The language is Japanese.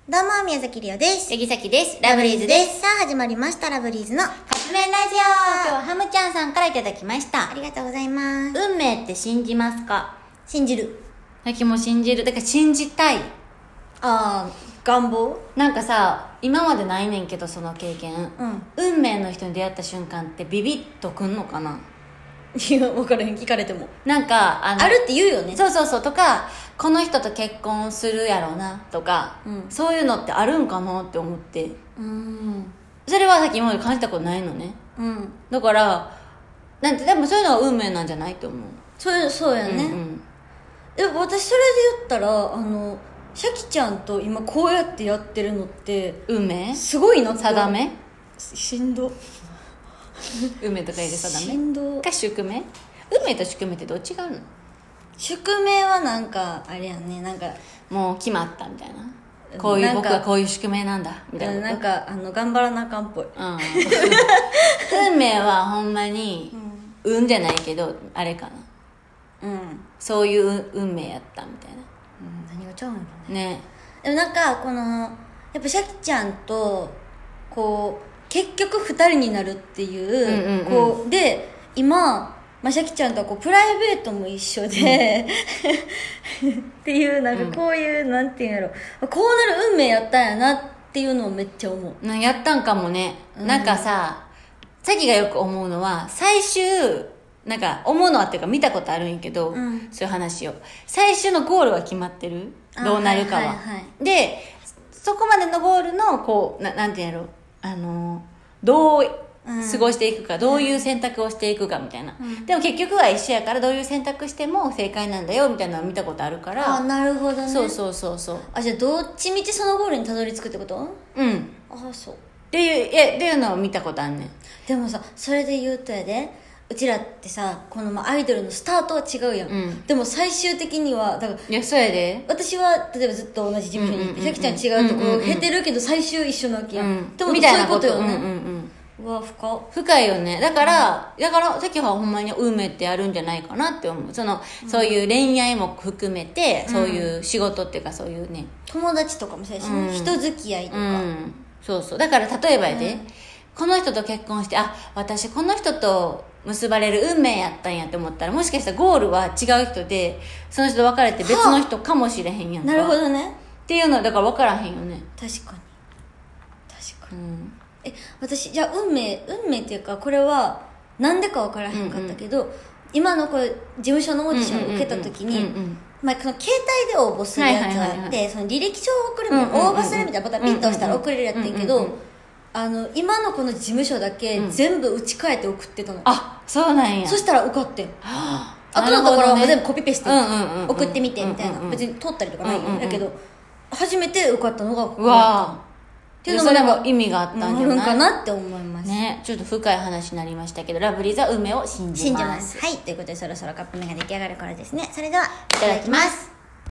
どうも、宮崎りおです。 杉崎です。ラブリーズです。 さあ、始まりました。ラブリーズのカップ麺ラジオ。今日はハムちゃんさんからいただきました。 ありがとうございます。 運命って信じますか？ 信じる。 さっきも信じる。だから信じたい。 願望？ なんかさ、今までないねんけど、その経験。 うん運命の人に出会った瞬間ってビビッとくんのかな？ いや、分からへん。聞かれても。 なんか、 あるって言うよね。 そうそうそうとか、この人と結婚するやろうなとか、そういうのってあるんかなって思って。それはさっき今まで感じたことないのね。だからなんて、でもそういうのは運命なんじゃないと思う。 そうやね。でも私それで言ったらシャキちゃんと今こうやってやってるのって運命？ すごいなって。 定め？ しんど。 運命とか入れ定め？ しんどか宿命？運命と宿命ってどう違うの？ 宿命はなんかあれやね、なんかもう決まったみたいな、こういう僕はこういう宿命なんだみたいな。 なんか頑張らなあかんっぽい。 運命はほんまに運じゃないけどあれかな、そういう運命やったみたいな。 何がちゃうのね。 でもなんかやっぱシャキちゃんとこう結局2人になるっていう、こうで今シャキちゃんとはこうプライベートも一緒で、っていうなんかこういう、なんていうんやろ、こうなる運命やったんやなっていうのをめっちゃ思う。 やったんかもね。なんかさ、さきがよく思うのは最終なんか思うのはっていうか見たことあるんやけど、そういう話を最終のゴールは決まってる、どうなるかは、でそこまでのゴールのこうなんていうんやろ、どう過ごしていくか、どういう選択をしていくかみたいな、でも結局は一緒やからどういう選択しても正解なんだよみたいなのを見たことあるから。 なるほどね。 そうじゃあどっちみちそのゴールにたどり着くってこと？そうっていうのを見たことあんねん。 でもさ、それで言うとやで、うちらってさ、このアイドルのスタートは違うやん、でも最終的にはだから、 いやそうやで、 私は例えばずっと同じ事務所にいて、シャキちゃん違うところを経てるけど最終一緒なわけやん、でもそういうことよね。うわ、 深いよね。だからさっきはほんまに運命ってあるんじゃないかなって思う。そういう恋愛も含めて、そういう仕事っていうか、そういうね、 友達とかもそうやしね、人付き合いとか、 そうだから例えばやで、この人と結婚して、私この人と結ばれる運命やったんやって思ったら、もしかしたらゴールは違う人で、その人と別れて別の人かもしれへんやんか。 なるほどね。 っていうのはだから分からへんよね。 確かに私じゃあ運命っていうか、これはなんでか分からへんかったけど、今のこれ事務所のオーディションを受けた時に、この携帯で応履するやつがあって、その履歴書を送るみたいな、応募するみたいなボタンピッと押したら送れるやってんけど、今のこの事務所だけ全部打ち替えて送ってたの。 そうなんや。 そしたら受かってん。あとのところは全部コピペして送ってみてみたいな、別に通ったりとかないよ、だけど初めて受かったのがここだったっていうのも、 それも意味があったんじゃない？ あるんかなって思いますね。ちょっと深い話になりましたけど、ラブリーズは運命を信じます。 はい、ということでそろそろカップ麺が出来上がるからですね。それではいただきます。